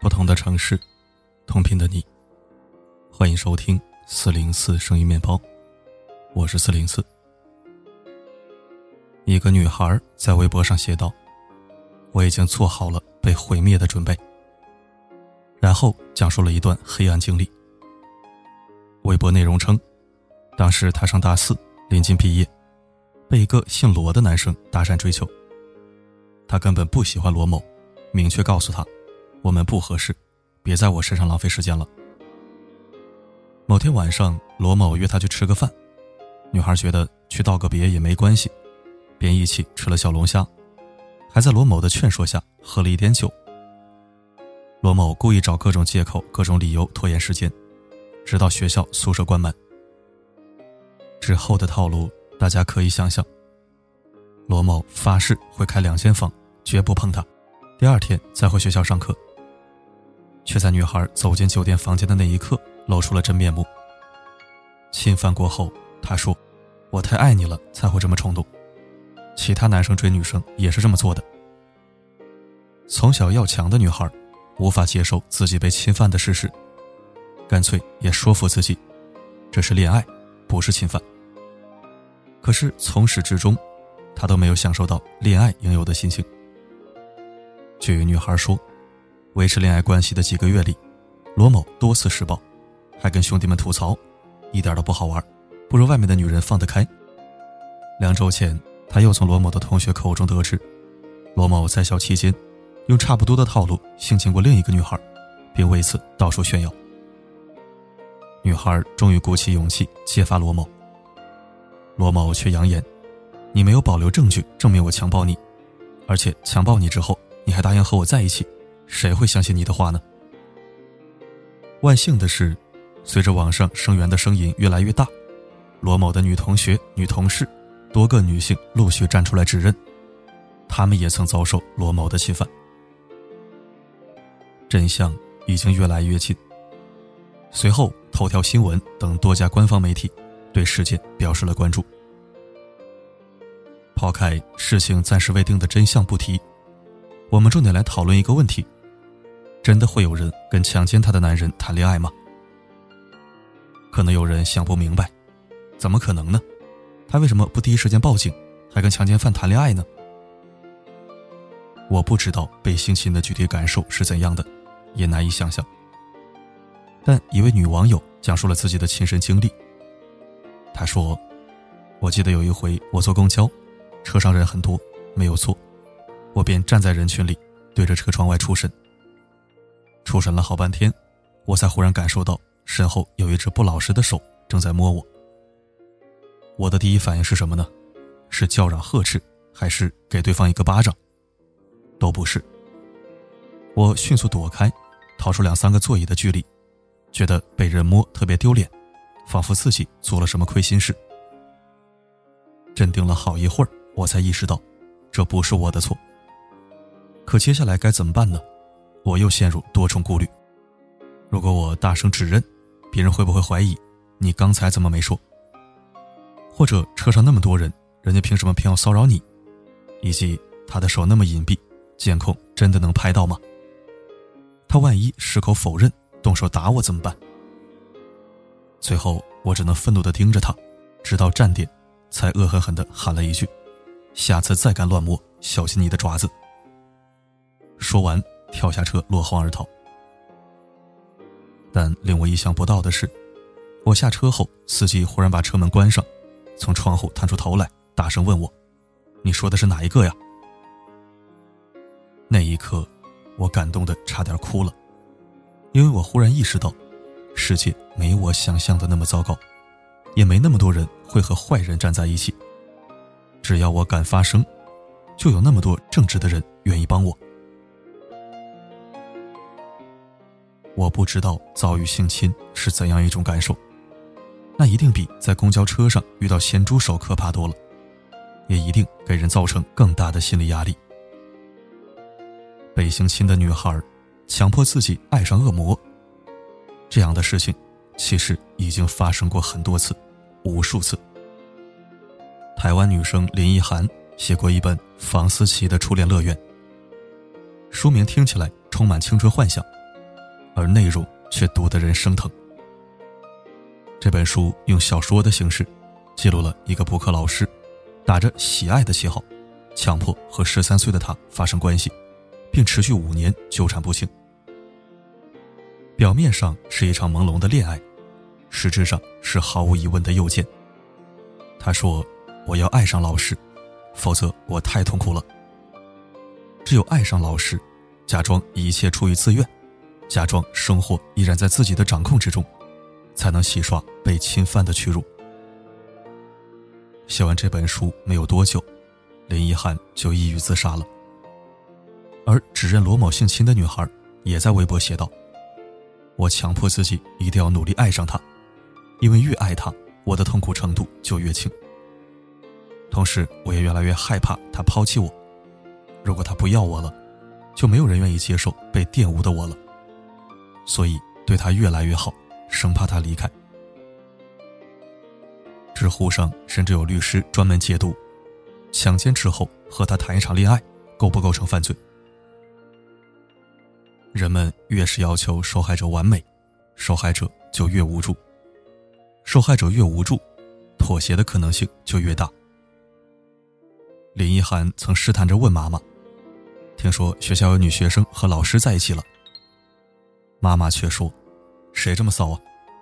不同的城市，同频的你，欢迎收听404声音面包，我是404。一个女孩在微博上写道：我已经做好了被毁灭的准备。然后讲述了一段黑暗经历。微博内容称，当时她上大4，临近毕业，被一个姓罗的男生搭讪追求。她根本不喜欢罗某，明确告诉他，我们不合适，别在我身上浪费时间了。某天晚上，罗某约她去吃个饭，女孩觉得去道个别也没关系，便一起吃了小龙虾，还在罗某的劝说下喝了一点酒。罗某故意找各种借口、各种理由拖延时间，直到学校宿舍关门。之后的套路大家可以想象，罗某发誓会开2间房，绝不碰她，第二天再回学校上课，却在女孩走进酒店房间的那一刻露出了真面目。侵犯过后，他说，我太爱你了才会这么冲动，其他男生追女生也是这么做的。从小要强的女孩无法接受自己被侵犯的事实，干脆也说服自己，这是恋爱，不是侵犯。可是从始至终，她都没有享受到恋爱应有的心情。据女孩说，维持恋爱关系的几个月里，罗某多次施暴，还跟兄弟们吐槽，一点都不好玩，不如外面的女人放得开。2周前，她又从罗某的同学口中得知，罗某在校期间用差不多的套路性侵过另一个女孩，并为此到处炫耀。女孩终于鼓起勇气揭发罗某，罗某却扬言，你没有保留证据证明我强暴你，而且强暴你之后你还答应和我在一起，谁会相信你的话呢？万幸的是，随着网上声援的声音越来越大，罗某的女同学、女同事，多个女性陆续站出来指认，她们也曾遭受罗某的侵犯。真相已经越来越近。随后，头条新闻等多家官方媒体对事件表示了关注。抛开事情暂时未定的真相不提，我们重点来讨论一个问题：真的会有人跟强奸他的男人谈恋爱吗？可能有人想不明白，怎么可能呢？他为什么不第一时间报警，还跟强奸犯谈恋爱呢？我不知道被性侵的具体感受是怎样的，也难以想象。但一位女网友讲述了自己的亲身经历。她说，我记得有一回我坐公交，车上人很多，没有错，我便站在人群里，对着车窗外出神。出神了好半天，我才忽然感受到身后有一只不老实的手正在摸我。我的第一反应是什么呢？是叫嚷呵斥，还是给对方一个巴掌？都不是。我迅速躲开，逃出2-3个座椅的距离，觉得被人摸特别丢脸，仿佛自己做了什么亏心事。镇定了好一会儿，我才意识到这不是我的错。可接下来该怎么办呢？我又陷入多重顾虑。如果我大声指认，别人会不会怀疑你刚才怎么没说？或者车上那么多人，人家凭什么偏要骚扰你？以及他的手那么隐蔽，监控真的能拍到吗？他万一矢口否认，动手打我怎么办？最后我只能愤怒地盯着他，直到站点，才恶狠狠地喊了一句，下次再敢乱摸，小心你的爪子。说完跳下车落荒而逃。但令我意想不到的是，我下车后，司机忽然把车门关上，从窗户探出头来，大声问我，你说的是哪一个呀？那一刻我感动得差点哭了，因为我忽然意识到，世界没我想象的那么糟糕，也没那么多人会和坏人站在一起。只要我敢发声，就有那么多正直的人愿意帮我。我不知道遭遇性侵是怎样一种感受，那一定比在公交车上遇到咸猪手可怕多了，也一定给人造成更大的心理压力。被性侵的女孩强迫自己爱上恶魔，这样的事情其实已经发生过很多次，无数次。台湾女生林奕涵写过一本房思琪的初恋乐园，书名听起来充满青春幻想， 而内容却读得人生疼。这本书用小说的形式记录了一个补课老师打着喜爱的旗号，强迫和13岁的他发生关系，并持续5年纠缠不清。表面上是一场朦胧的恋爱，实质上是毫无疑问的诱奸。他说，我要爱上老师，否则我太痛苦了。只有爱上老师，假装一切出于自愿，假装生活依然在自己的掌控之中，才能洗刷被侵犯的屈辱。写完这本书没有多久，林一涵就抑郁自杀了。而指认罗某性侵的女孩也在微博写道，我强迫自己一定要努力爱上他，因为越爱他，我的痛苦程度就越轻。同时我也越来越害怕他抛弃我，如果他不要我了，就没有人愿意接受被玷污的我了，所以对他越来越好，生怕他离开。知乎上甚至有律师专门解读，强奸之后和他谈一场恋爱构不构成犯罪。人们越是要求受害者完美，受害者就越无助，受害者越无助，妥协的可能性就越大。林一涵曾试探着问妈妈，听说学校有女学生和老师在一起了。妈妈却说，谁这么骚啊？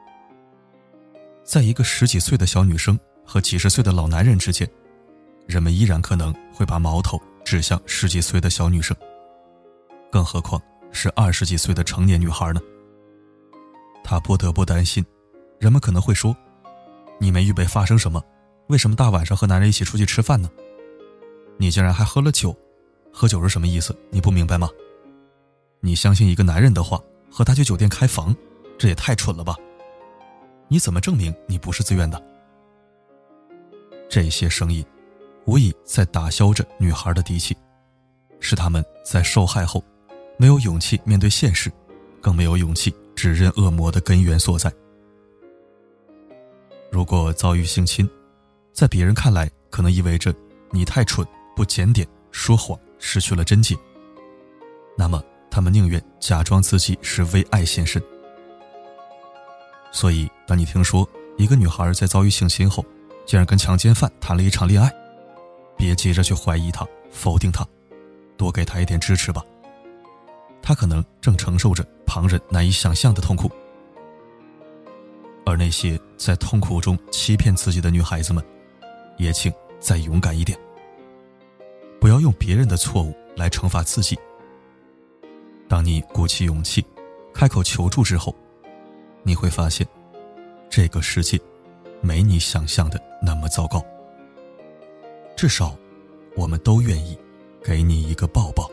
在一个10几岁的小女生和几十岁的老男人之间，人们依然可能会把矛头指向10几岁的小女生，更何况是20几岁的成年女孩呢？她不得不担心，人们可能会说，你没预备发生什么，为什么大晚上和男人一起出去吃饭呢？你竟然还喝了酒，喝酒是什么意思？你不明白吗？你相信一个男人的话，和他去酒店开房，这也太蠢了吧？你怎么证明你不是自愿的？这些声音无疑在打消着女孩的底气，是他们在受害后没有勇气面对现实，更没有勇气指认恶魔的根源所在。如果遭遇性侵，在别人看来可能意味着你太蠢，不检点，说谎，失去了贞洁，那么他们宁愿假装自己是为爱献身。所以当你听说一个女孩在遭遇性侵后竟然跟强奸犯谈了一场恋爱，别急着去怀疑她，否定她，多给她一点支持吧。她可能正承受着旁人难以想象的痛苦。而那些在痛苦中欺骗自己的女孩子们，也请再勇敢一点，不要用别人的错误来惩罚自己。当你鼓起勇气开口求助之后，你会发现这个世界没你想象的那么糟糕，至少我们都愿意给你一个抱抱。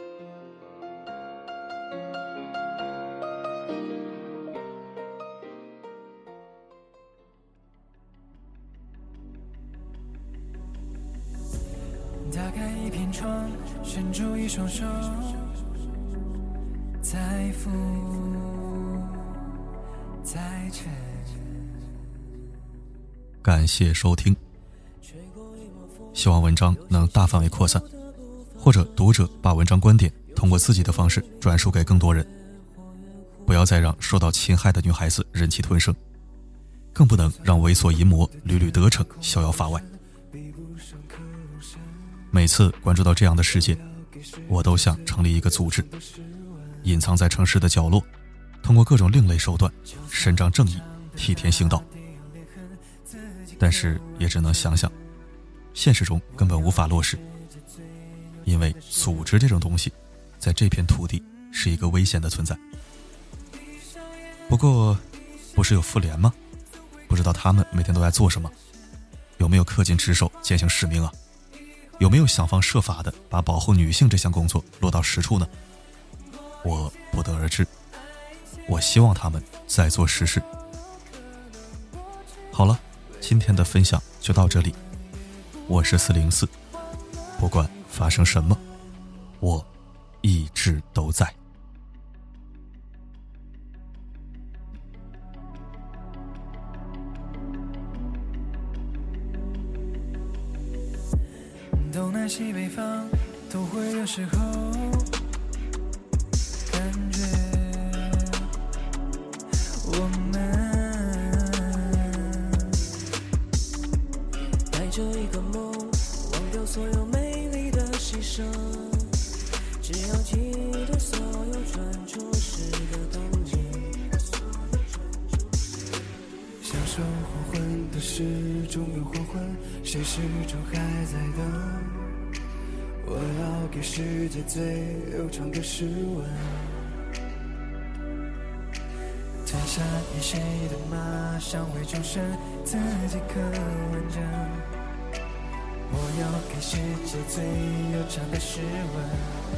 打开一片窗，伸出一双手，在浮在沉。 感谢收听，希望文章能大范围扩散，或者读者把文章观点通过自己的方式转述给更多人。不要再让受到侵害的女孩子忍气吞声，更不能让猥琐淫魔屡屡得逞，逍遥法外。每次关注到这样的事件，我都想成立一个组织，隐藏在城市的角落，通过各种另类手段伸张正义，替天行道。但是也只能想想，现实中根本无法落实，因为组织这种东西在这片土地是一个危险的存在。不过不是有妇联吗？不知道他们每天都在做什么，有没有恪尽职守，践行使命啊？有没有想方设法的把保护女性这项工作落到实处呢？我不得而知，我希望他们在做实事。好了，今天的分享就到这里，我是404，不管发生什么，我一直都在。 东南西北方都会有时候感觉始终有黄昏，谁始终还在等？我要给世界最悠长的诗文，吞下你谁的马，上为终身，自己可完整。我要给世界最悠长的诗文。